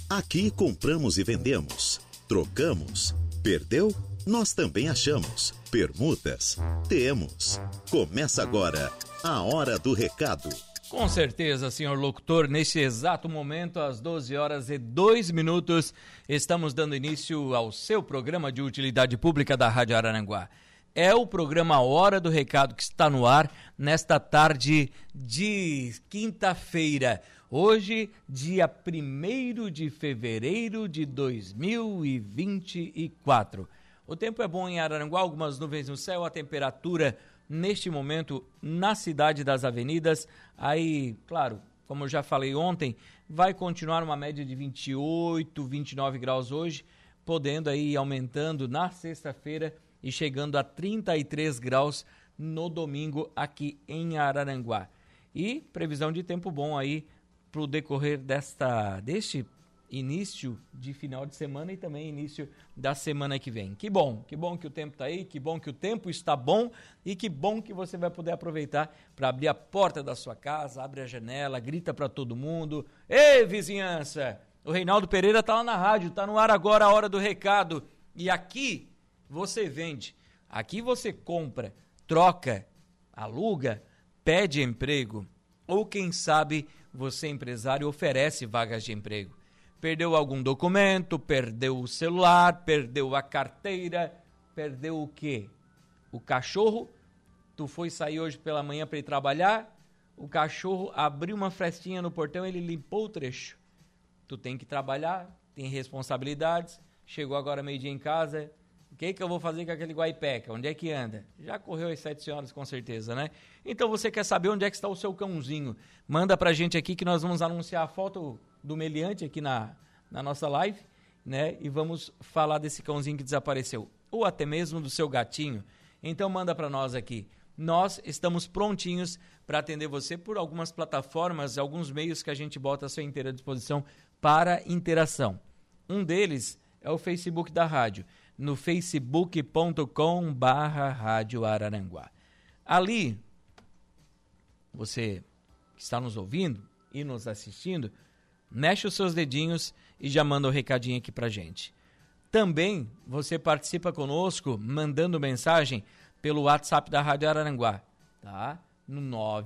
Aqui compramos e vendemos, trocamos, perdeu? Nós também achamos. Permutas? Temos. Começa agora a Hora do Recado. Com certeza, senhor locutor, neste exato momento, às 12h02, estamos dando início ao seu programa de utilidade pública da Rádio Araranguá. É o programa Hora do Recado que está no ar nesta tarde de quinta-feira. Hoje, dia 1º de fevereiro de 2024. O tempo é bom em Araranguá, algumas nuvens no céu, a temperatura neste momento na cidade das avenidas, aí, claro, como eu já falei ontem, vai continuar uma média de 28, 29 graus hoje, podendo aí ir aumentando na sexta-feira e chegando a 33 graus no domingo aqui em Araranguá. E previsão de tempo bom aí para o decorrer deste início de final de semana e também início da semana que vem. Que bom que o tempo está aí, que bom que o tempo está bom e que bom que você vai poder aproveitar para abrir a porta da sua casa, abre a janela, grita para todo mundo. Ei, vizinhança! O Reinaldo Pereira está lá na rádio, está no ar agora a Hora do Recado. E aqui você vende, aqui você compra, troca, aluga, pede emprego ou quem sabe você empresário oferece vagas de emprego. Perdeu algum documento, perdeu o celular, perdeu a carteira, perdeu o quê? O cachorro? Tu foi sair hoje pela manhã para ir trabalhar, o cachorro abriu uma frestinha no portão, ele limpou o trecho. Tu tem que trabalhar, tem responsabilidades, chegou agora meio-dia em casa, o que eu vou fazer com aquele guaipeca? Onde é que anda? Já correu às 7 horas com certeza, né? Então você quer saber onde é que está o seu cãozinho? Manda pra gente aqui que nós vamos anunciar a foto do meliante aqui na nossa live, né? E vamos falar desse cãozinho que desapareceu. Ou até mesmo do seu gatinho. Então manda pra nós aqui. Nós estamos prontinhos para atender você por algumas plataformas, alguns meios que a gente bota à sua inteira disposição para interação. Um deles é o Facebook da rádio, no facebook.com/Rádio Araranguá. Ali, você que está nos ouvindo e nos assistindo, mexe os seus dedinhos e já manda um recadinho aqui pra gente. Também você participa conosco mandando mensagem pelo WhatsApp da Rádio Araranguá, tá? No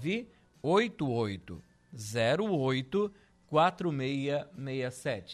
98808-4667.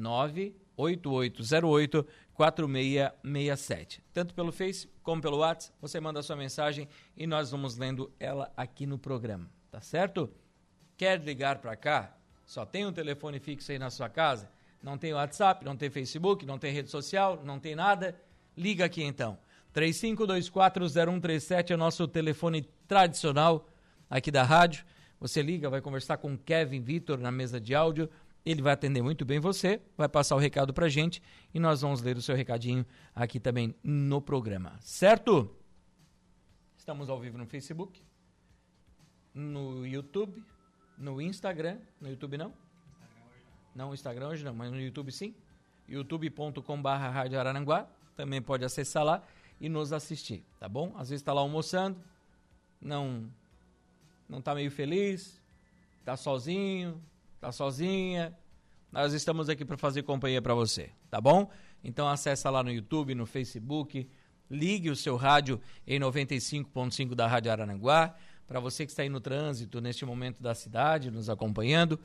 98808-4667. Tanto pelo Face como pelo WhatsApp, você manda a sua mensagem e nós vamos lendo ela aqui no programa, tá certo? Quer ligar para cá? Só tem um telefone fixo aí na sua casa? Não tem WhatsApp, não tem Facebook, não tem rede social, não tem nada? Liga aqui então. 35240137 é o nosso telefone tradicional aqui da rádio. Você liga, vai conversar com o Kevin Vitor na mesa de áudio. Ele vai atender muito bem você, vai passar o recado pra gente e nós vamos ler o seu recadinho aqui também no programa, certo? Estamos ao vivo no Facebook, no YouTube, no Instagram, no YouTube não? Não, Instagram hoje não, mas no YouTube sim, youtube.com/Rádio Araranguá, também pode acessar lá e nos assistir, tá bom? Às vezes está lá almoçando, não tá meio feliz, tá sozinho, tá sozinha, nós estamos aqui para fazer companhia para você, tá bom? Então acessa lá no YouTube, no Facebook, ligue o seu rádio em 95.5 da Rádio Araranguá. Para você que está aí no trânsito neste momento da cidade, nos acompanhando,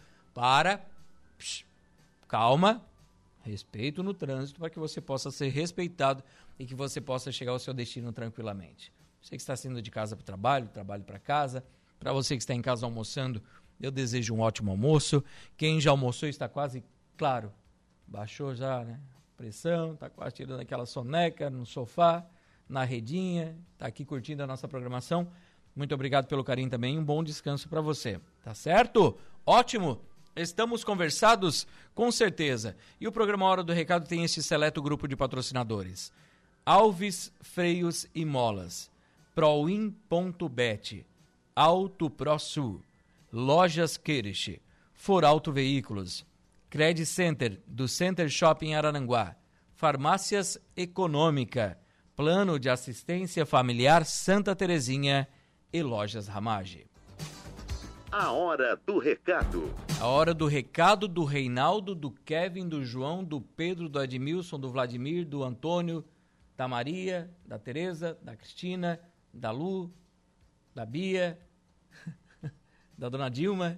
calma, respeito no trânsito para que você possa ser respeitado e que você possa chegar ao seu destino tranquilamente. Você que está saindo de casa para o trabalho para casa, para você que está em casa almoçando, eu desejo um ótimo almoço. Quem já almoçou está quase, claro, baixou já, né? Pressão, está quase tirando aquela soneca no sofá, na redinha, está aqui curtindo a nossa programação. Muito obrigado pelo carinho também, um bom descanso para você, tá certo? Ótimo! Estamos conversados? Com certeza. E o programa Hora do Recado tem este seleto grupo de patrocinadores. Alves Freios e Molas, Proin.bet, Auto ProSul, Lojas Queirich, Forauto Veículos, Credit Center, do Center Shopping Araranguá, Farmácias Econômica, Plano de Assistência Familiar Santa Terezinha e Lojas Ramage. A hora do recado. A hora do recado do Reinaldo, do Kevin, do João, do Pedro, do Edmilson, do Vladimir, do Antônio, da Maria, da Tereza, da Cristina, da Lu, da Bia, da Dona Dilma,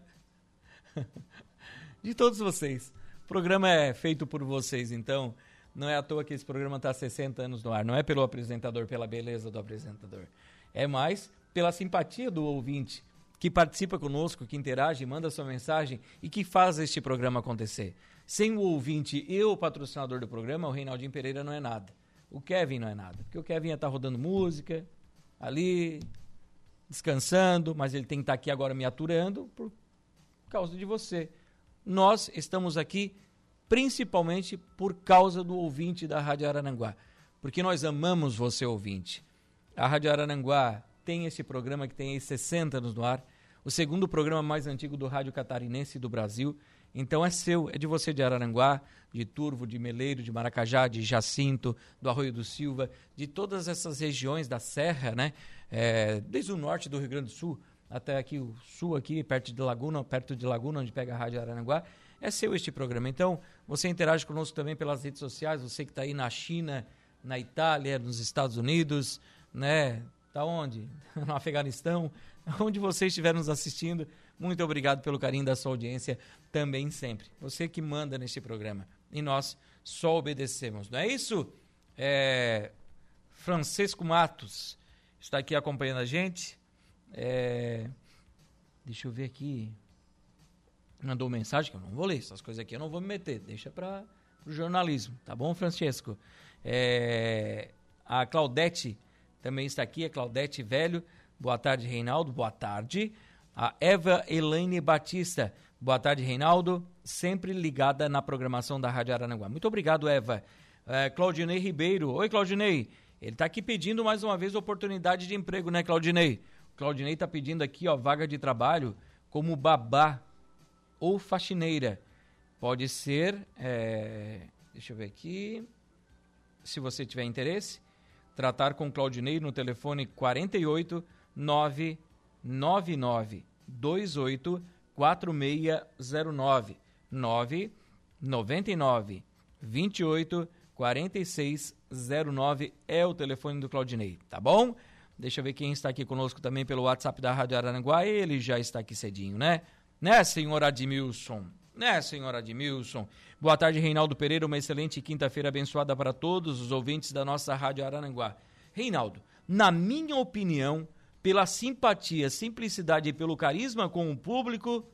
de todos vocês. O programa é feito por vocês, então não é à toa que esse programa está há 60 anos no ar. Não é pelo apresentador, pela beleza do apresentador. É mais pela simpatia do ouvinte, que participa conosco, que interage, manda sua mensagem e que faz este programa acontecer. Sem o ouvinte e o patrocinador do programa, o Reinaldinho Pereira não é nada. O Kevin não é nada, porque o Kevin ia estar rodando música, ali, descansando, mas ele tem que estar aqui agora me aturando por causa de você. Nós estamos aqui principalmente por causa do ouvinte da Rádio Araranguá, porque nós amamos você, ouvinte. A Rádio Araranguá tem esse programa que tem aí 60 anos no ar, o segundo programa mais antigo do rádio catarinense do Brasil. Então é seu, é de você de Araranguá, de Turvo, de Meleiro, de Maracajá, de Jacinto, do Arroio do Silva, de todas essas regiões da Serra, né? Desde o norte do Rio Grande do Sul até aqui o sul, aqui perto de Laguna, onde pega a Rádio Araranguá. É seu este programa. Então você interage conosco também pelas redes sociais, você que está aí na China, na Itália, nos Estados Unidos, né? Tá onde? No Afeganistão, onde você estiver nos assistindo, muito obrigado pelo carinho da sua audiência também sempre. Você que manda neste programa e nós só obedecemos, não é isso? Francisco Matos está aqui acompanhando a gente. Deixa eu ver aqui. Mandou mensagem que eu não vou ler, essas coisas aqui eu não vou me meter, deixa para o jornalismo, tá bom, Francisco? A Claudete também está aqui, a Claudete Velho. Boa tarde, Reinaldo. Boa tarde. A Eva Elaine Batista. Boa tarde, Reinaldo. Sempre ligada na programação da Rádio Araranguá. Muito obrigado, Eva. Claudinei Ribeiro. Oi, Claudinei. Ele está aqui pedindo mais uma vez oportunidade de emprego, né, Claudinei? O Claudinei está pedindo aqui, ó, vaga de trabalho como babá ou faxineira. Pode ser, deixa eu ver aqui, se você tiver interesse, tratar com Claudinei no telefone 48 999 28 4609 999 28 4609 é o telefone do Claudinei, tá bom? Deixa eu ver quem está aqui conosco também pelo WhatsApp da Rádio Araranguá. Ele já está aqui cedinho, né? Né, senhor Admilson? Boa tarde, Reinaldo Pereira. Uma excelente quinta-feira abençoada para todos os ouvintes da nossa Rádio Araranguá. Reinaldo, na minha opinião, pela simpatia, simplicidade e pelo carisma com o público,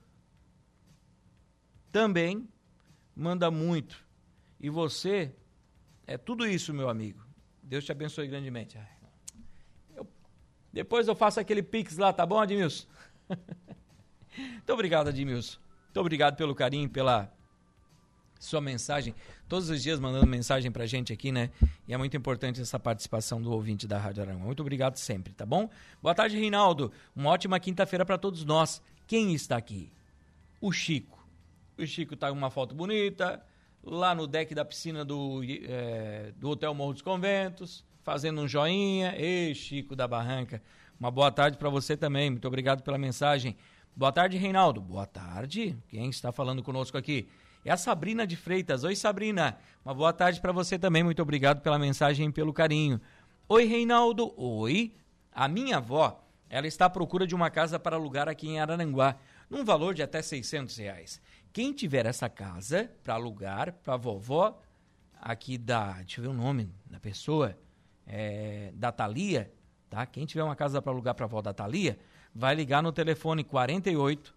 também manda muito. E você é tudo isso, meu amigo. Deus te abençoe grandemente. Depois eu faço aquele pix lá, tá bom, Admilson? Muito obrigado, Admilson. Muito obrigado pelo carinho, pela sua mensagem. Todos os dias mandando mensagem pra gente aqui, né? E é muito importante essa participação do ouvinte da Rádio Araranguá. Muito obrigado sempre, tá bom? Boa tarde, Reinaldo. Uma ótima quinta-feira para todos nós. Quem está aqui? O Chico. O Chico tá com uma foto bonita, lá no deck da piscina do Hotel Morro dos Conventos, fazendo um joinha. Ei, Chico da Barranca. Uma boa tarde para você também. Muito obrigado pela mensagem. Boa tarde, Reinaldo. Boa tarde. Quem está falando conosco aqui? É a Sabrina de Freitas. Oi, Sabrina. Uma boa tarde para você também. Muito obrigado pela mensagem e pelo carinho. Oi, Reinaldo. Oi. A minha avó, ela está à procura de uma casa para alugar aqui em Araranguá, num valor de até R$600. Quem tiver essa casa para alugar para a vovó, aqui deixa eu ver o nome da pessoa, da Thalia, tá? Quem tiver uma casa para alugar para a vó da Thalia, vai ligar no telefone 48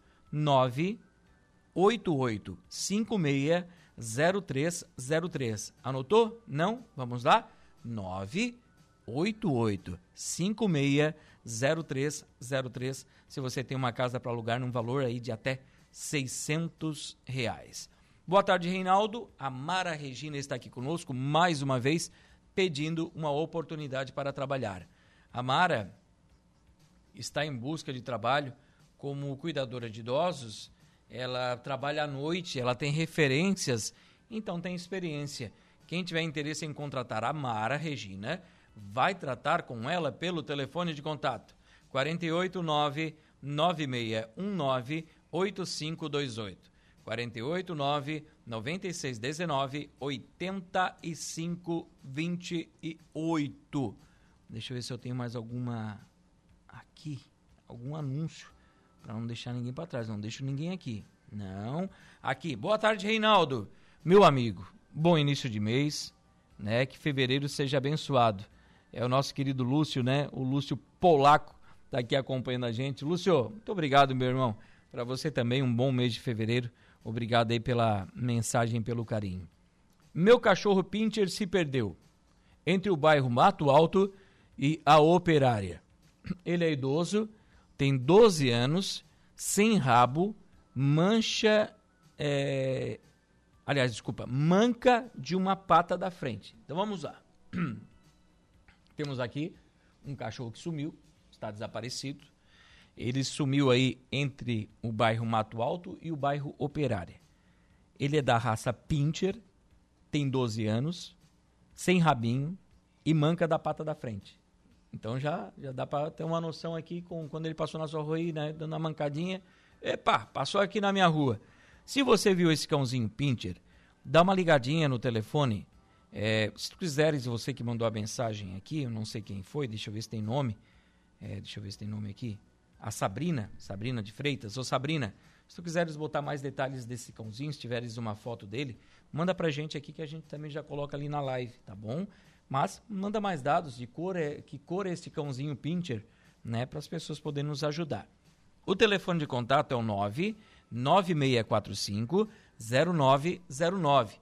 988 56 0303. Anotou? Não? Vamos lá? 988 56 0303. Se você tem uma casa para alugar num valor aí de até R$600. Boa tarde, Reinaldo. A Mara Regina está aqui conosco mais uma vez, pedindo uma oportunidade para trabalhar. A Mara está em busca de trabalho como cuidadora de idosos. Ela trabalha à noite, ela tem referências, então tem experiência. Quem tiver interesse em contratar a Mara Regina, vai tratar com ela pelo telefone de contato 489 99619-8528. 489-9619-8528. Deixa eu ver se eu tenho mais alguma aqui, algum anúncio, para não deixar ninguém para trás. Não deixo ninguém aqui. Não. Aqui, boa tarde, Reinaldo. Meu amigo, bom início de mês, né? Que fevereiro seja abençoado. É o nosso querido Lúcio, né? O Lúcio Polaco está aqui acompanhando a gente. Lúcio, muito obrigado, meu irmão. Para você também, um bom mês de fevereiro. Obrigado aí pela mensagem, pelo carinho. Meu cachorro Pinscher se perdeu entre o bairro Mato Alto e a Operária. Ele é idoso, tem 12 anos, sem rabo, manca de uma pata da frente. Então vamos lá. Temos aqui um cachorro que sumiu, está desaparecido. Ele sumiu aí entre o bairro Mato Alto e o bairro Operária. Ele é da raça Pinscher, tem 12 anos, sem rabinho e manca da pata da frente. Então já dá para ter uma noção aqui quando ele passou na sua rua aí, né, dando uma mancadinha. Epa, passou aqui na minha rua. Se você viu esse cãozinho Pinscher, dá uma ligadinha no telefone. Se tu quiseres, você que mandou a mensagem aqui, eu não sei quem foi, deixa eu ver se tem nome. Aqui. A Sabrina de Freitas. Ô Sabrina, se tu quiseres botar mais detalhes desse cãozinho, se tiveres uma foto dele, manda pra gente aqui que a gente também já coloca ali na live, tá bom? Mas manda mais dados de que cor é esse cãozinho Pinscher, né, para as pessoas poderem nos ajudar. O telefone de contato é o 99645-0909.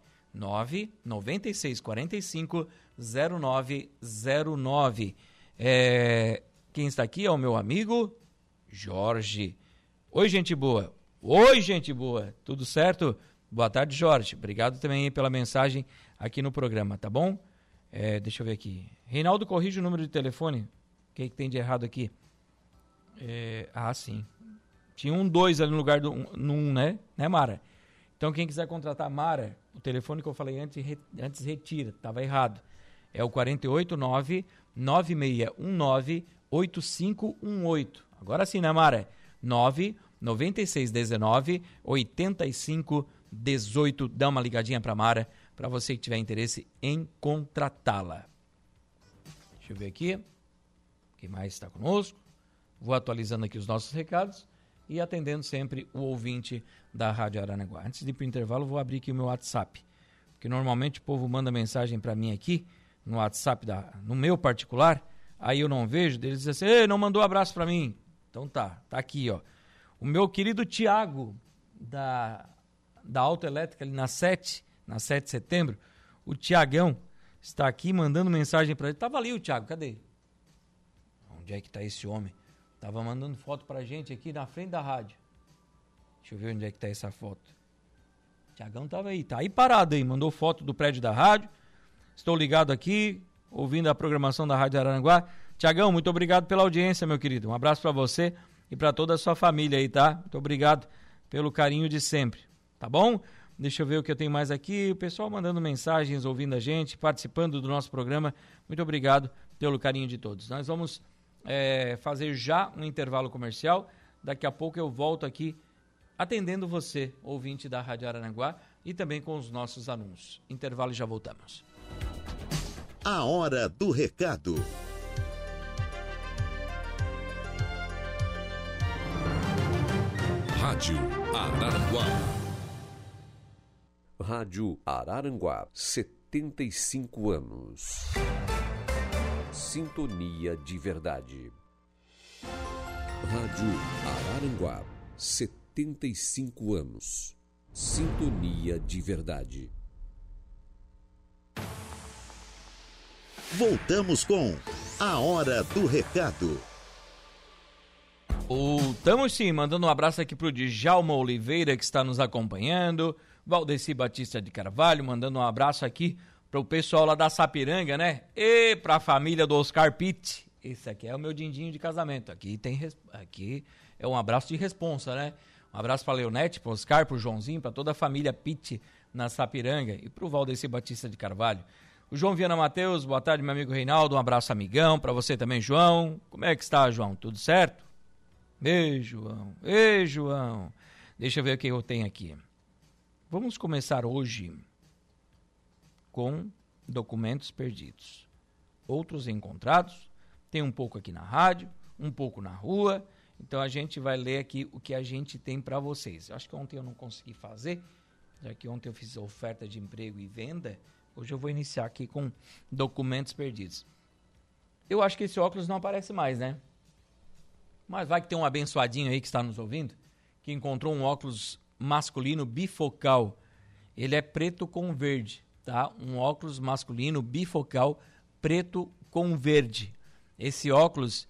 99645-0909. Quem está aqui é o meu amigo Jorge. Oi, gente boa. Oi, gente boa. Tudo certo? Boa tarde, Jorge. Obrigado também pela mensagem aqui no programa, tá bom? Deixa eu ver aqui. Reinaldo, corrige o número de telefone. O que tem de errado aqui? Sim. Tinha 2 ali no lugar do 1, né? Né, Mara? Então, quem quiser contratar a Mara, o telefone que eu falei antes retira. Estava errado. É o 489-9619-8518. Agora sim, né, Mara? 99619-8518. Dá uma ligadinha para Mara, para você que tiver interesse em contratá-la. Deixa eu ver aqui. Quem mais está conosco? Vou atualizando aqui os nossos recados e atendendo sempre o ouvinte da Rádio Araranguá. Antes de ir para o intervalo, vou abrir aqui o meu WhatsApp, porque normalmente o povo manda mensagem para mim aqui no WhatsApp, no meu particular, aí eu não vejo, eles dizem assim, ei, não mandou abraço para mim. Então tá aqui, ó. O meu querido Tiago, da Autoelétrica, ali na 7 de setembro, o Tiagão está aqui mandando mensagem para ele. Tava ali o Tiago, cadê? Onde é que tá esse homem? Tava mandando foto pra gente aqui na frente da rádio. Deixa eu ver onde é que tá essa foto. O Tiagão tava aí, tá aí parado aí, mandou foto do prédio da rádio. Estou ligado aqui, ouvindo a programação da Rádio Araranguá. Tiagão, muito obrigado pela audiência, meu querido. Um abraço para você e para toda a sua família aí, tá? Muito obrigado pelo carinho de sempre, tá bom? Deixa eu ver o que eu tenho mais aqui. O pessoal mandando mensagens, ouvindo a gente, participando do nosso programa. Muito obrigado pelo carinho de todos. Nós vamos fazer já um intervalo comercial. Daqui a pouco eu volto aqui atendendo você, ouvinte da Rádio Araranguá, e também com os nossos anúncios. Intervalo e já voltamos. A hora do recado. Rádio Araranguá. Rádio Araranguá, 75 anos. Sintonia de verdade. Rádio Araranguá, 75 anos. Sintonia de verdade. Voltamos com A Hora do Recado. Estamos sim, mandando um abraço aqui pro Djalma Oliveira, que está nos acompanhando. Valdeci Batista de Carvalho, mandando um abraço aqui pro pessoal lá da Sapiranga, né? E pra família do Oscar Pitt. Esse aqui é o meu dindinho de casamento. Aqui é um abraço de responsa, né? Um abraço pra Leonete, pro Oscar, pro Joãozinho, pra toda a família Pitt na Sapiranga e pro Valdeci Batista de Carvalho. O João Viana Matheus, boa tarde, meu amigo Reinaldo. Um abraço, amigão. Pra você também, João. Como é que está, João? Tudo certo? Ei, João. Ei, João. Deixa eu ver o que eu tenho aqui. Vamos começar hoje com documentos perdidos. Outros encontrados. Tem um pouco aqui na rádio, um pouco na rua. Então a gente vai ler aqui o que a gente tem para vocês. Eu acho que ontem eu não consegui fazer, já que ontem eu fiz oferta de emprego e venda. Hoje eu vou iniciar aqui com documentos perdidos. Eu acho que esse óculos não aparece mais, né? Mas vai que tem um abençoadinho aí que está nos ouvindo, que encontrou um óculos masculino bifocal. Ele é preto com verde, tá? Um óculos masculino bifocal preto com verde. Esse óculos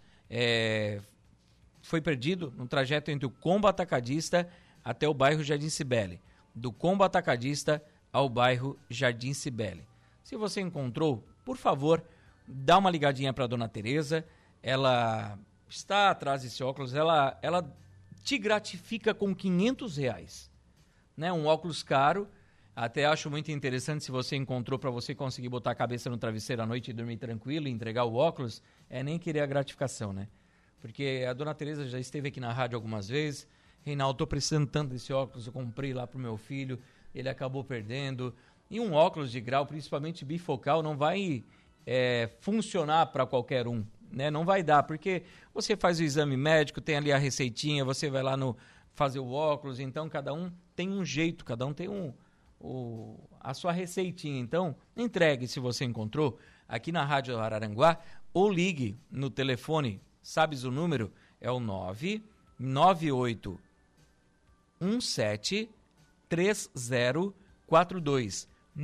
foi perdido no trajeto entre o Combo Atacadista até o bairro Jardim Cibele. Do Combo Atacadista ao bairro Jardim Cibele. Se você encontrou, por favor, dá uma ligadinha para a dona Tereza. Ela está atrás desse óculos, ela te gratifica com R$500, né? Um óculos caro. Até acho muito interessante, se você encontrou, para você conseguir botar a cabeça no travesseiro à noite e dormir tranquilo e entregar o óculos, nem querer a gratificação, né? Porque a dona Tereza já esteve aqui na rádio algumas vezes. Reinaldo, estou precisando tanto desse óculos, eu comprei lá pro meu filho, ele acabou perdendo. E um óculos de grau, principalmente bifocal, não vai funcionar para qualquer um, né? Não vai dar, porque você faz o exame médico, tem ali a receitinha, você vai lá fazer o óculos, então cada um tem um jeito, cada um tem a sua receitinha. Então, entregue, se você encontrou, aqui na Rádio Araranguá, ou ligue no telefone, sabes o número? É o 99817 3042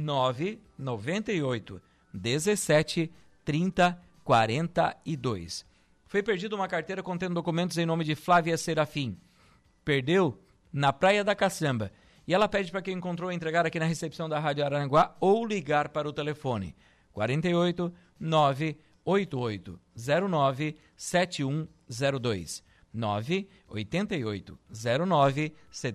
998 17 30 42. Foi perdida uma carteira contendo documentos em nome de Flávia Serafim. Perdeu na Praia da Caçamba. E ela pede para quem encontrou entregar aqui na recepção da Rádio Araranguá ou ligar para o telefone 48 988 09 7102 988 09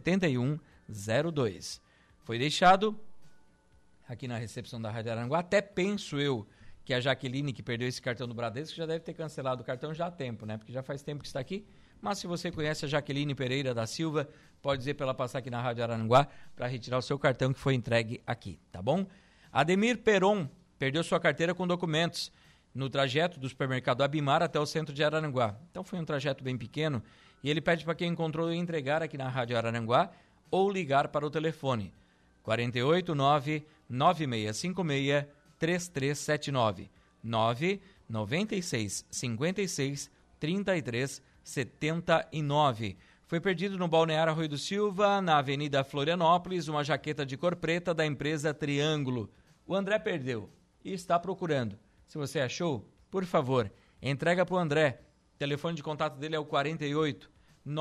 7102. Foi deixado aqui na recepção da Rádio Araranguá. Até penso eu que a Jaqueline, que perdeu esse cartão do Bradesco, já deve ter cancelado o cartão já há tempo, né? Porque já faz tempo que está aqui. Mas se você conhece a Jaqueline Pereira da Silva, pode dizer para ela passar aqui na Rádio Araranguá para retirar o seu cartão que foi entregue aqui, tá bom? Ademir Peron perdeu sua carteira com documentos no trajeto do supermercado Abimar até o centro de Araranguá. Então foi um trajeto bem pequeno e ele pede para quem encontrou entregar aqui na Rádio Araranguá ou ligar para o telefone 489 9656 3379 996 56 33 79. Foi perdido no Balneário Arroio do Silva, na Avenida Florianópolis, uma jaqueta de cor preta da empresa Triângulo. O André perdeu e está procurando. Se você achou, por favor, entrega para o André. O telefone de contato dele é o 48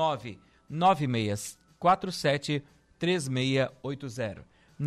99647 3680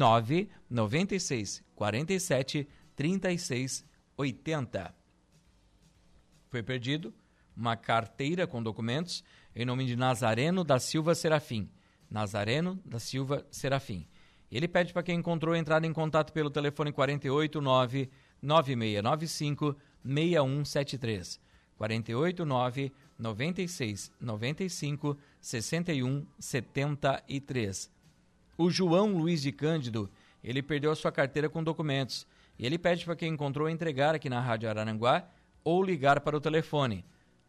996 47 36 80. Foi perdido uma carteira com documentos em nome de Nazareno da Silva Serafim. Nazareno da Silva Serafim. Ele pede para quem encontrou entrar em contato pelo telefone 489 9695 6173. 489 96 95 61 73. O João Luiz de Cândido, ele perdeu a sua carteira com documentos. E ele pede para quem encontrou entregar aqui na Rádio Araranguá ou ligar para o telefone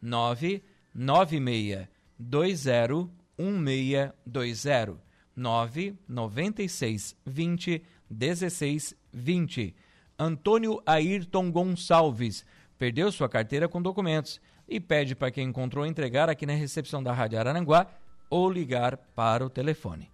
996 20 1620 996 20 16 20. Antônio Ayrton Gonçalves perdeu sua carteira com documentos e pede para quem encontrou entregar aqui na recepção da Rádio Araranguá ou ligar para o telefone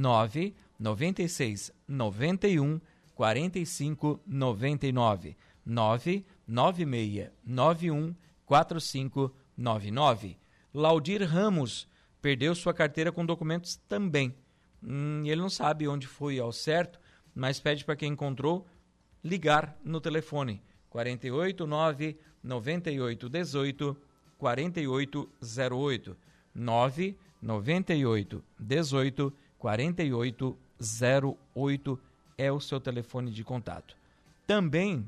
996 91 45 99 996 91 45 99. Laudir Ramos perdeu sua carteira com documentos também. Ele não sabe onde foi ao certo, mas pede para quem encontrou ligar no telefone 489 98 18 4808 998 18 4808 é o seu telefone de contato. Também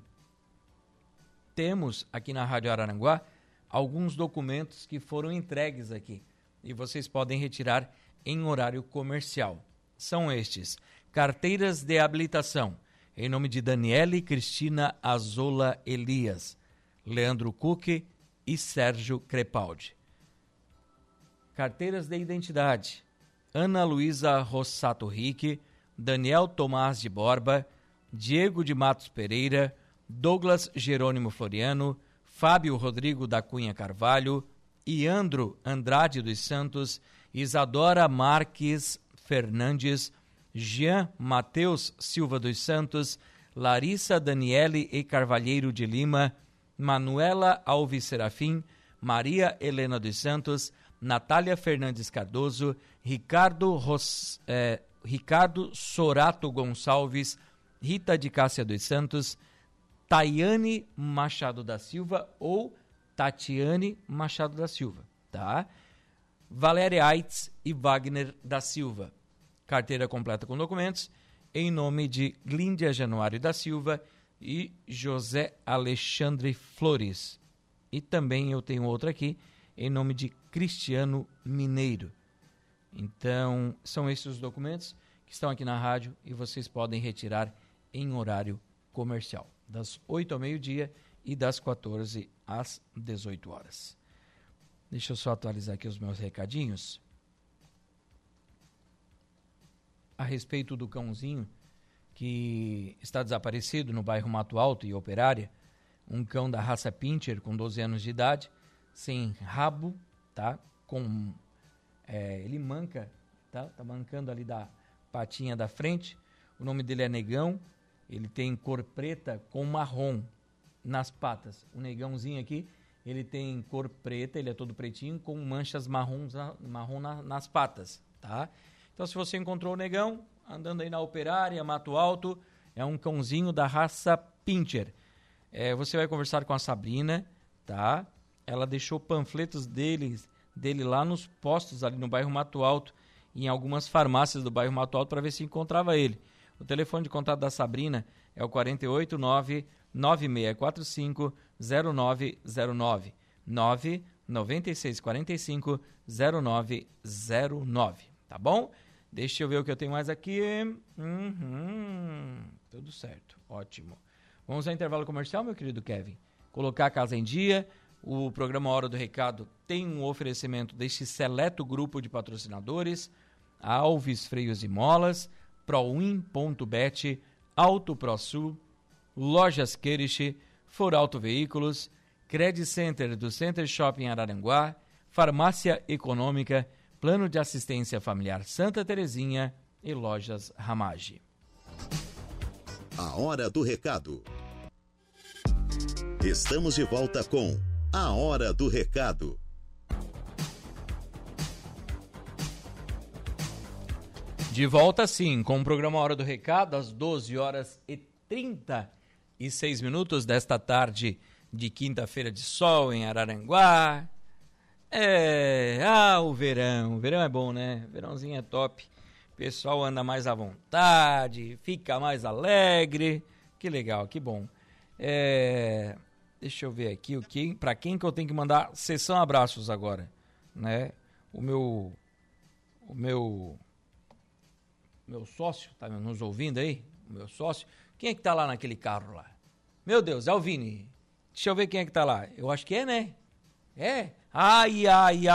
temos aqui na Rádio Araranguá alguns documentos que foram entregues aqui. e vocês podem retirar em horário comercial. São estes: carteiras de habilitação, em nome de Daniele Cristina Azola Elias, Leandro Cuque e Sérgio Crepaldi. Carteiras de identidade, Ana Luísa Rossato Rique, Daniel Tomás de Borba, Diego de Matos Pereira, Douglas Jerônimo Floriano, Fábio Rodrigo da Cunha Carvalho, Iandro Andrade dos Santos, Isadora Marques Fernandes, Jean Mateus Silva dos Santos, Larissa Daniele e Carvalheiro de Lima, Manuela Alves Serafim, Maria Helena dos Santos, Natália Fernandes Cardoso, Ricardo Sorato Gonçalves, Rita de Cássia dos Santos, Tayane Machado da Silva ou Tatiane Machado da Silva, tá? Valéria Aitz e Wagner da Silva. Carteira completa com documentos em nome de Glíndia Januário da Silva e José Alexandre Flores. E também eu tenho outra aqui em nome de Cristiano Mineiro. Então, são esses os documentos que estão aqui na rádio e vocês podem retirar em horário comercial, das 8 ao meio-dia e das 14 às 18 horas. Deixa eu só atualizar aqui os meus recadinhos. A respeito do cãozinho que está desaparecido no bairro Mato Alto e Operária, um cão da raça Pinscher com 12 anos de idade, sem rabo, tá? Ele manca, tá? Tá mancando ali da patinha da frente. O nome dele é Negão. Ele tem cor preta com marrom nas patas. O Negãozinho aqui, ele tem cor preta, ele é todo pretinho, com manchas marrom nas patas, tá? Então, se você encontrou o Negão, andando aí na Operária, Mato Alto, é um cãozinho da raça Pinscher. Você vai conversar com a Sabrina, tá? Ela deixou panfletos dele lá nos postos, ali no bairro Mato Alto, e em algumas farmácias do bairro Mato Alto, para ver se encontrava ele. O telefone de contato da Sabrina é o 489-9645-0909, 99645-0909, tá bom? Deixa eu ver o que eu tenho mais aqui. Tudo certo, ótimo. Vamos ao intervalo comercial, meu querido Kevin. Colocar a casa em dia. O programa Hora do Recado tem um oferecimento deste seleto grupo de patrocinadores: Alves Freios e Molas, Proin.bet, Auto ProSul, Lojas Queriche, For Auto Veículos, Credit Center do Center Shopping Araranguá, Farmácia Econômica, Plano de Assistência Familiar Santa Terezinha e Lojas Ramage. A Hora do Recado. Estamos de volta com A Hora do Recado. De volta, sim, com o programa Hora do Recado, às 12 horas e 36 minutos desta tarde de quinta-feira de sol em Araranguá. O verão. O verão é bom, né? O verãozinho é top. O pessoal anda mais à vontade, fica mais alegre. Que legal, que bom. Deixa eu ver aqui para quem que eu tenho que mandar sessão abraços agora, né? O meu sócio, tá nos ouvindo aí? O meu sócio. Quem é que tá lá naquele carro lá? Meu Deus, é o Vini. Deixa eu ver quem é que tá lá. Eu acho que é, né? É? Ai.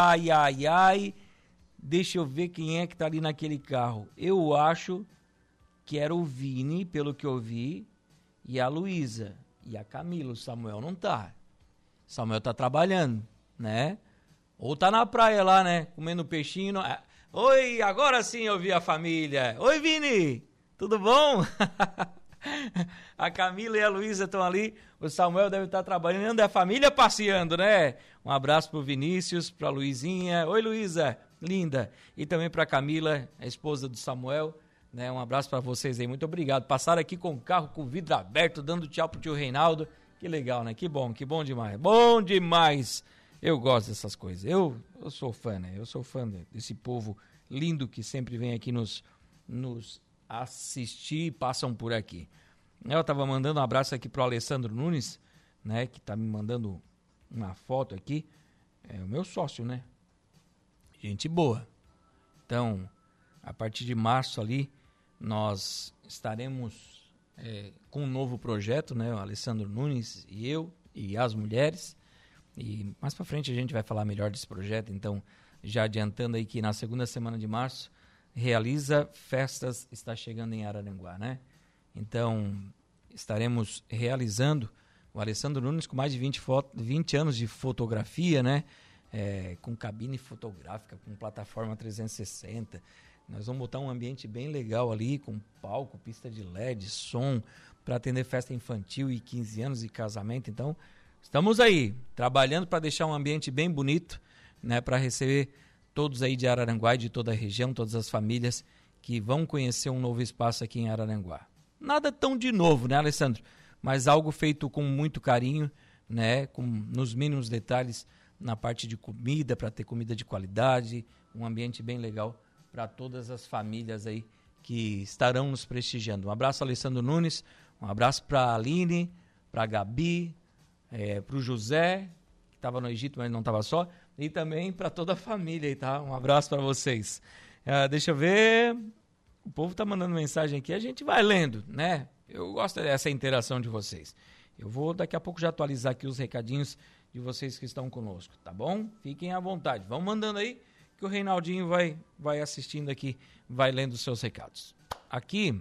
Deixa eu ver quem é que tá ali naquele carro. Eu acho que era o Vini, pelo que eu vi, e a Luísa. E a Camila. O Samuel não tá. O Samuel tá trabalhando, né? Ou tá na praia lá, né? Comendo peixinho. Oi, agora sim eu vi a família. Oi, Vini. Tudo bom? A Camila e a Luísa estão ali. O Samuel deve estar trabalhando e a família passeando, né? Um abraço pro Vinícius, pra Luizinha. Oi, Luísa, linda. E também pra Camila, a esposa do Samuel, né? Um abraço pra vocês aí. Muito obrigado. Passaram aqui com o carro com o vidro aberto, dando tchau pro tio Reinaldo. Que legal, né? Que bom demais. Bom demais. Eu gosto dessas coisas. Eu sou fã, né? Eu sou fã desse povo lindo que sempre vem aqui nos assistir e passam por aqui. Eu estava mandando um abraço aqui pro Alessandro Nunes, né? Que tá me mandando uma foto aqui. É o meu sócio, né? Gente boa. Então, a partir de março ali, nós estaremos com um novo projeto, né? O Alessandro Nunes e eu e as mulheres. E mais para frente a gente vai falar melhor desse projeto. Então, já adiantando aí que na segunda semana de março, Realiza Festas está chegando em Araranguá, né? Então, estaremos realizando o Alessandro Nunes com mais de 20 anos de fotografia, né? Com cabine fotográfica, com plataforma 360. Nós vamos botar um ambiente bem legal ali, com palco, pista de LED, som, para atender festa infantil e 15 anos e casamento. Então, estamos aí, trabalhando para deixar um ambiente bem bonito, né, para receber todos aí de Araranguá e de toda a região, todas as famílias que vão conhecer um novo espaço aqui em Araranguá. Nada tão de novo, né, Alessandro? Mas algo feito com muito carinho, né, nos mínimos detalhes, na parte de comida, para ter comida de qualidade, um ambiente bem legal para todas as famílias aí que estarão nos prestigiando. Um abraço, Alessandro Nunes, um abraço para a Aline, para a Gabi, para o José, que estava no Egito, mas não estava só, e também para toda a família aí, tá? Um abraço para vocês. Deixa eu ver, o povo está mandando mensagem aqui, a gente vai lendo, né? Eu gosto dessa interação de vocês. Eu vou daqui a pouco já atualizar aqui os recadinhos de vocês que estão conosco, tá bom? Fiquem à vontade, vão mandando aí que o Reinaldinho vai assistindo aqui, vai lendo os seus recados. Aqui,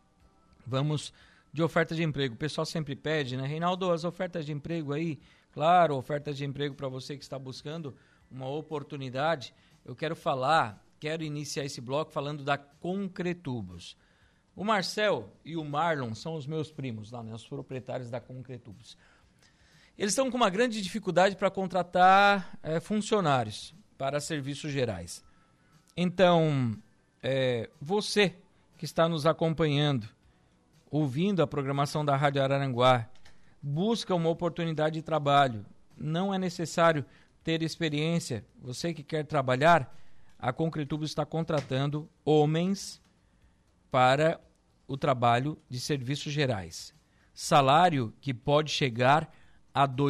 vamos de oferta de emprego. O pessoal sempre pede, né? Reinaldo, as ofertas de emprego aí, claro, ofertas de emprego para você que está buscando uma oportunidade. Eu quero iniciar esse bloco falando da Concretubos. O Marcel e o Marlon são os meus primos lá, né? Os proprietários da Concretubos. Eles estão com uma grande dificuldade para contratar funcionários para serviços gerais. Então, você que está nos acompanhando, ouvindo a programação da Rádio Araranguá, busca uma oportunidade de trabalho. Não é necessário ter experiência. Você que quer trabalhar, a Concretubos está contratando homens para o trabalho de serviços gerais. Salário que pode chegar a R$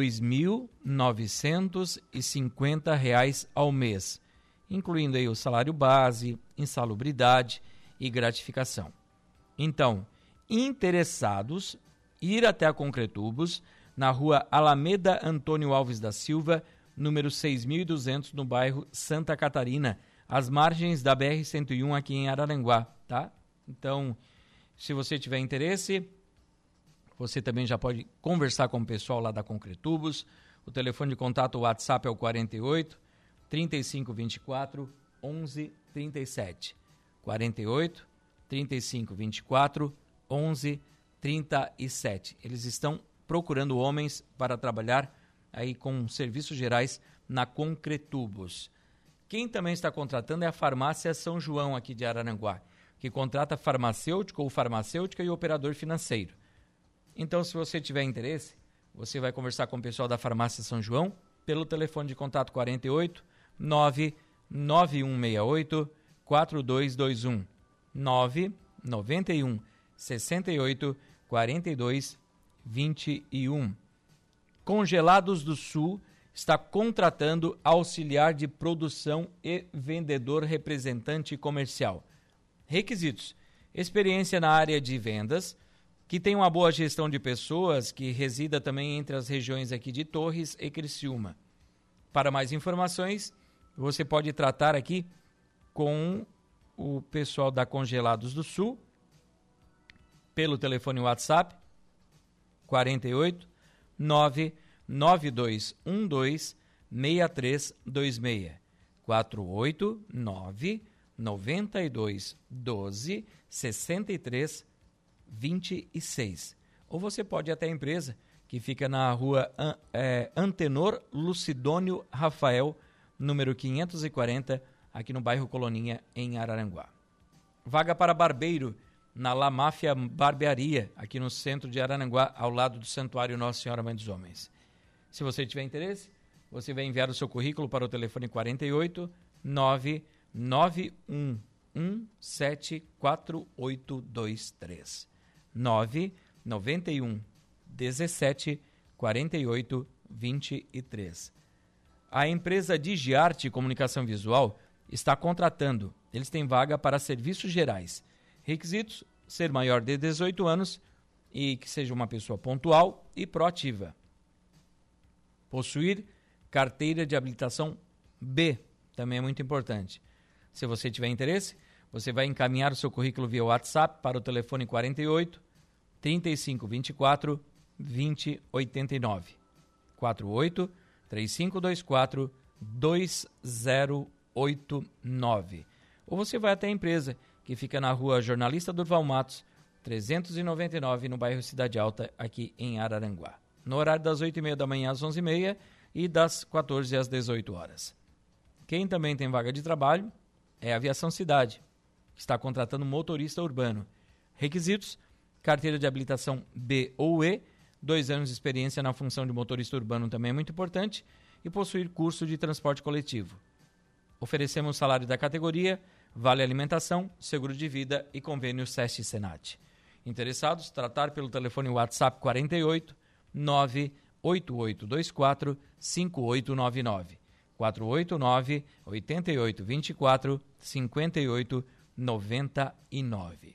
2.950 ao mês, incluindo aí o salário base, insalubridade e gratificação. Então, interessados, ir até a Concretubos, na rua Alameda Antônio Alves da Silva, número 6.200, no bairro Santa Catarina, às margens da BR-101 aqui em Araranguá, tá? Então, se você tiver interesse, você também já pode conversar com o pessoal lá da Concretubos. O telefone de contato, o WhatsApp é o 48 3524 1137. 48 3524 1137. Eles estão procurando homens para trabalhar aí com serviços gerais na Concretubos. Quem também está contratando é a Farmácia São João aqui de Araranguá, que contrata farmacêutico ou farmacêutica e operador financeiro. Então, se você tiver interesse, você vai conversar com o pessoal da Farmácia São João pelo telefone de contato 48 99168 4221 991 68 42 21. Congelados do Sul está contratando auxiliar de produção e vendedor representante comercial. Requisitos: experiência na área de vendas, que tenha uma boa gestão de pessoas, que resida também entre as regiões aqui de Torres e Criciúma. Para mais informações, você pode tratar aqui com o pessoal da Congelados do Sul, pelo telefone WhatsApp, 48 99212 6326. 48 99212 6326. Ou você pode ir até a empresa, que fica na rua Antenor Lucidônio Rafael, número 540, aqui no bairro Coloninha, em Araranguá. Vaga para barbeiro, na La Máfia Barbearia, aqui no centro de Araranguá, ao lado do Santuário Nossa Senhora Mãe dos Homens. Se você tiver interesse, você vai enviar o seu currículo para o telefone 48 99117 4823. 991 17 48 23. A empresa Digiarte Comunicação Visual está contratando. Eles têm vaga para serviços gerais. Requisitos: ser maior de 18 anos e que seja uma pessoa pontual e proativa. Possuir carteira de habilitação B, também é muito importante. Se você tiver interesse, você vai encaminhar o seu currículo via WhatsApp para o telefone 48 3524 2089. 48 3524 2089. Ou você vai até a empresa, que fica na rua Jornalista Durval Matos, 399, no bairro Cidade Alta, aqui em Araranguá. No horário das 8h30 da manhã às 11h30 e das 14 às 18 horas. Quem também tem vaga de trabalho é a Aviação Cidade, que está contratando motorista urbano. Requisitos: carteira de habilitação B ou E, 2 anos de experiência na função de motorista urbano também é muito importante, e possuir curso de transporte coletivo. Oferecemos salário da categoria, vale alimentação, seguro de vida e convênio SESC-Senat. Interessados, tratar pelo telefone WhatsApp 48 98824 5899. 489 8824 5899.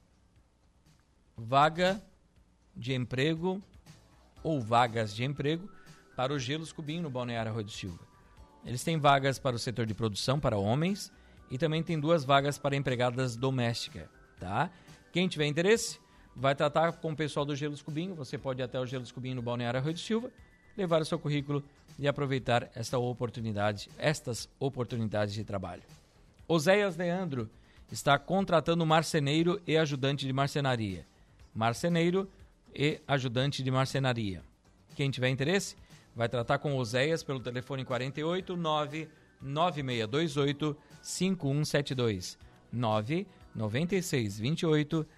Vaga de emprego ou vagas de emprego para o Gelos Cubinho no Balneário Arroio do Silva. Eles têm vagas para o setor de produção para homens e também tem 2 vagas para empregadas domésticas, tá? Quem tiver interesse, vai tratar com o pessoal do Gelos Cubinho. Você pode ir até o Gelos Cubinho no Balneário Arroio do Silva, levar o seu currículo e aproveitar estas oportunidades de trabalho. Oséias Leandro está contratando marceneiro e ajudante de marcenaria. Marceneiro e ajudante de marcenaria. Quem tiver interesse, vai tratar com Oséias pelo telefone 48 99628 5172 99628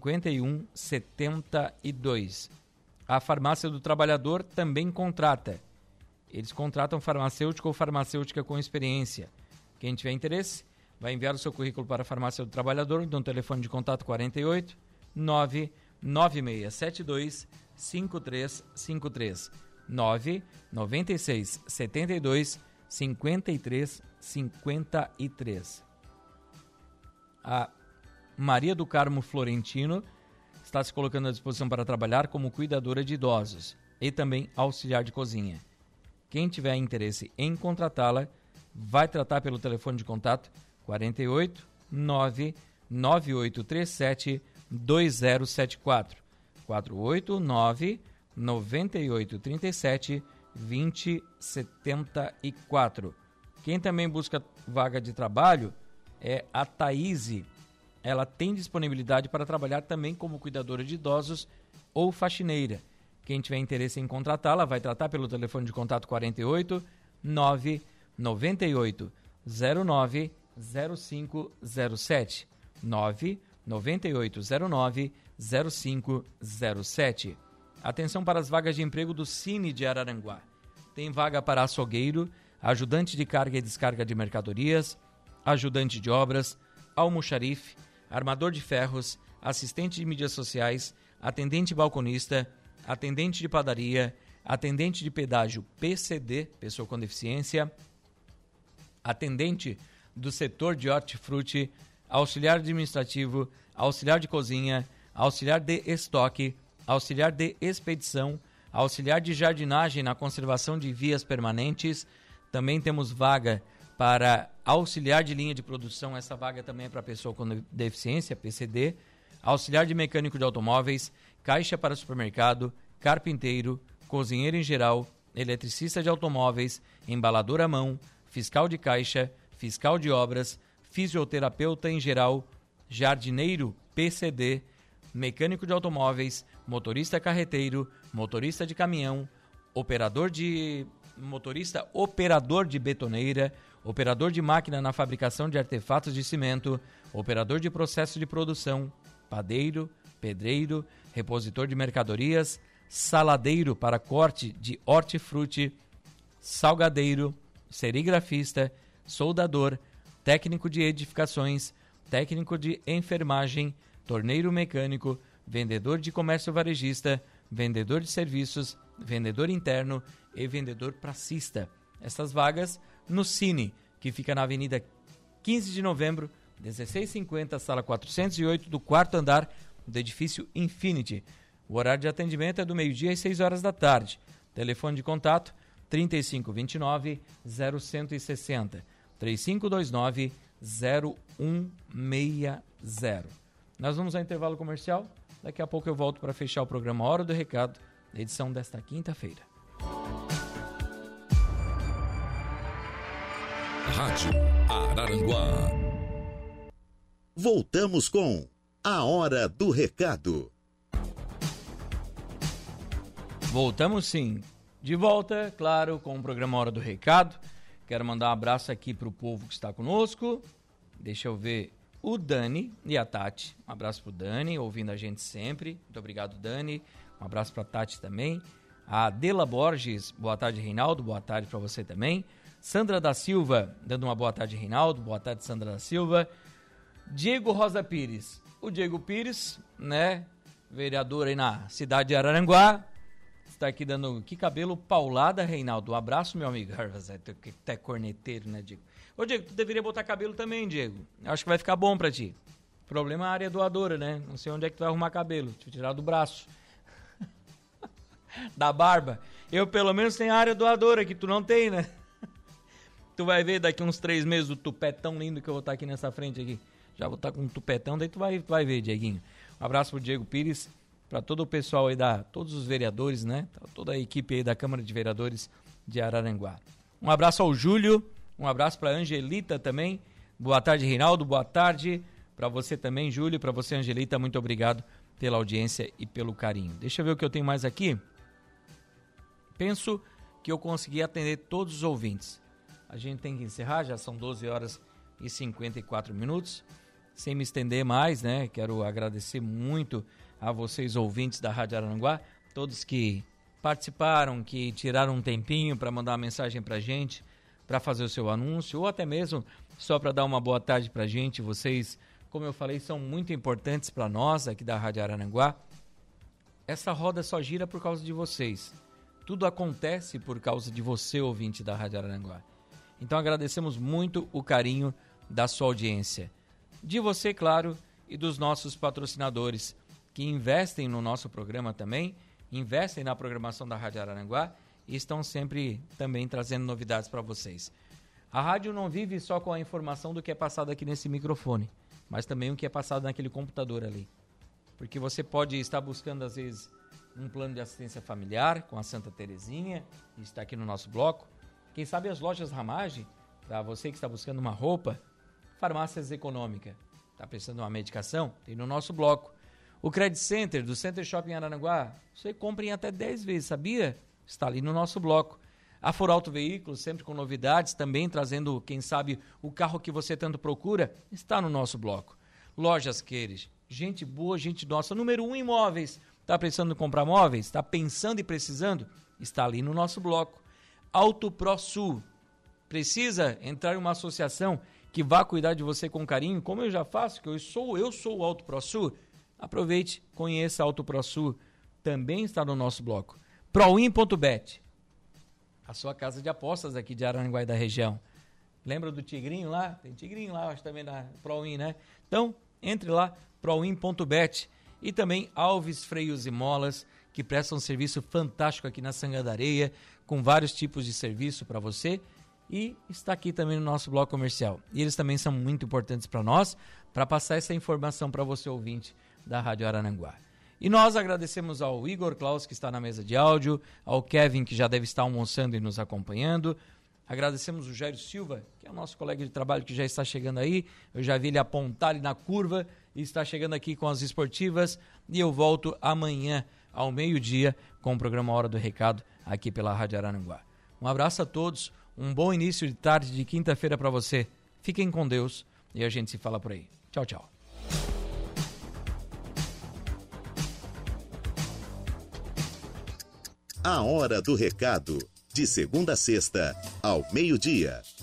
5172. A Farmácia do Trabalhador também contrata. Eles contratam farmacêutico ou farmacêutica com experiência. Quem tiver interesse, vai enviar o seu currículo para a Farmácia do Trabalhador no telefone de contato 48 99672 5353 99672 5353. A Maria do Carmo Florentino está se colocando à disposição para trabalhar como cuidadora de idosos e também auxiliar de cozinha. Quem tiver interesse em contratá-la, vai tratar pelo telefone de contato 48 99837 2074 489 9837 2074. Quem também busca vaga de trabalho é a Thaíse. Ela tem disponibilidade para trabalhar também como cuidadora de idosos ou faxineira. Quem tiver interesse em contratá-la, vai tratar pelo telefone de contato 48 998 09 0507 99809 0507. Atenção para as vagas de emprego do Cine de Araranguá. Tem vaga para açougueiro, ajudante de carga e descarga de mercadorias, ajudante de obras, almoxarife, armador de ferros, assistente de mídias sociais, atendente balconista, atendente de padaria, atendente de pedágio PCD, pessoa com deficiência, atendente do setor de hortifruti, auxiliar administrativo, auxiliar de cozinha, auxiliar de estoque, auxiliar de expedição, auxiliar de jardinagem na conservação de vias permanentes. Também temos vaga para auxiliar de linha de produção, essa vaga também é para pessoa com deficiência, PCD, auxiliar de mecânico de automóveis, caixa para supermercado, carpinteiro, cozinheiro em geral, eletricista de automóveis, embalador à mão, fiscal de caixa, fiscal de obras, fisioterapeuta em geral, jardineiro, PCD, mecânico de automóveis, motorista carreteiro, motorista de caminhão, motorista operador de betoneira, operador de máquina na fabricação de artefatos de cimento, operador de processo de produção, padeiro, pedreiro, repositor de mercadorias, saladeiro para corte de hortifruti, salgadeiro, serigrafista, soldador, técnico de edificações, técnico de enfermagem, torneiro mecânico, vendedor de comércio varejista, vendedor de serviços, vendedor interno e vendedor pracista. Essas vagas no Cine, que fica na Avenida 15 de novembro, 16h50, sala 408, do 4º andar do edifício Infinity. O horário de atendimento é do meio-dia às 6 horas da tarde. Telefone de contato 3529-0160, 3529-0160. Nós vamos ao intervalo comercial. Daqui a pouco eu volto para fechar o programa Hora do Recado, edição desta quinta-feira. Rádio Araranguá. Voltamos com A Hora do Recado. Voltamos sim. De volta, claro, com o programa Hora do Recado. Quero mandar um abraço aqui para o povo que está conosco. Deixa eu ver o Dani e a Tati. Um abraço para o Dani, ouvindo a gente sempre. Muito obrigado, Dani. Um abraço para a Tati também. A Adela Borges, boa tarde, Reinaldo. Boa tarde para você também. Sandra da Silva, dando uma boa tarde, Reinaldo. Boa tarde, Sandra da Silva. Diego Rosa Pires. O Diego Pires, né? Vereador aí na cidade de Araranguá. Está aqui dando que cabelo paulada, Reinaldo. Um abraço, meu amigo. Tu é corneteiro, né, Diego? Ô, Diego, tu deveria botar cabelo também, Diego. Acho que vai ficar bom pra ti. O problema é a área doadora, né? Não sei onde é que tu vai arrumar cabelo. Deixa eu tirar do braço. Da barba. Eu, pelo menos, tenho a área doadora, que tu não tem, né? Tu vai ver daqui uns 3 meses o tupetão lindo que eu vou estar aqui nessa frente aqui. Já vou estar com um tupetão, daí tu vai ver, Dieguinho. Um abraço pro Diego Pires, para todo o pessoal aí todos os vereadores, né? Toda a equipe aí da Câmara de Vereadores de Araranguá. Um abraço ao Júlio, um abraço para Angelita também. Boa tarde, Reinaldo, boa tarde para você também, Júlio, para você, Angelita, muito obrigado pela audiência e pelo carinho. Deixa eu ver o que eu tenho mais aqui. Penso que eu consegui atender todos os ouvintes. A gente tem que encerrar, já são 12 horas e 54 minutos. Sem me estender mais, né? Quero agradecer muito a vocês, ouvintes da Rádio Araranguá, todos que participaram, que tiraram um tempinho para mandar uma mensagem para a gente, para fazer o seu anúncio, ou até mesmo só para dar uma boa tarde para a gente. Vocês, como eu falei, são muito importantes para nós aqui da Rádio Araranguá. Essa roda só gira por causa de vocês. Tudo acontece por causa de você, ouvinte da Rádio Araranguá. Então agradecemos muito o carinho da sua audiência. De você, claro, e dos nossos patrocinadores que investem no nosso programa também, investem na programação da Rádio Araranguá e estão sempre também trazendo novidades para vocês. A rádio não vive só com a informação do que é passado aqui nesse microfone, mas também o que é passado naquele computador ali. Porque você pode estar buscando, às vezes, um plano de assistência familiar com a Santa Terezinha, e está aqui no nosso bloco. Quem sabe as lojas Ramage, para você que está buscando uma roupa, Farmácias Econômica, está precisando de uma medicação, tem no nosso bloco. O Credit Center, do Center Shopping Araranguá, você compra em até 10 vezes, sabia? Está ali no nosso bloco. A Forauto Veículos, sempre com novidades, também trazendo, quem sabe, o carro que você tanto procura, está no nosso bloco. Lojas Queires, gente boa, gente nossa. Número 1 Imóveis, está precisando comprar móveis? Está pensando e precisando? Está ali no nosso bloco. Auto Pro Sul, precisa entrar em uma associação que vá cuidar de você com carinho, como eu já faço, que eu sou o Auto Pro Sul? Aproveite, conheça a Auto Pro Sul, também está no nosso bloco. Proin.bet, a sua casa de apostas aqui de Araranguá e da região. Lembra do Tigrinho lá? Tem Tigrinho lá, acho também da Proin, né? Então, entre lá, Proin.bet. E também Alves Freios e Molas, que prestam um serviço fantástico aqui na Sanga da Areia, com vários tipos de serviço para você. E está aqui também no nosso bloco comercial. E eles também são muito importantes para nós, para passar essa informação para você, ouvinte da Rádio Araranguá. E nós agradecemos ao Igor Klaus, que está na mesa de áudio, ao Kevin, que já deve estar almoçando e nos acompanhando. Agradecemos o Jairo Silva, que é o nosso colega de trabalho que já está chegando aí. Eu já vi ele apontar ali na curva e está chegando aqui com as esportivas. E eu volto amanhã, ao meio-dia, com o programa Hora do Recado, aqui pela Rádio Araranguá. Um abraço a todos, um bom início de tarde de quinta-feira para você. Fiquem com Deus e a gente se fala por aí. Tchau, tchau. A Hora do Recado, de segunda a sexta, ao meio-dia.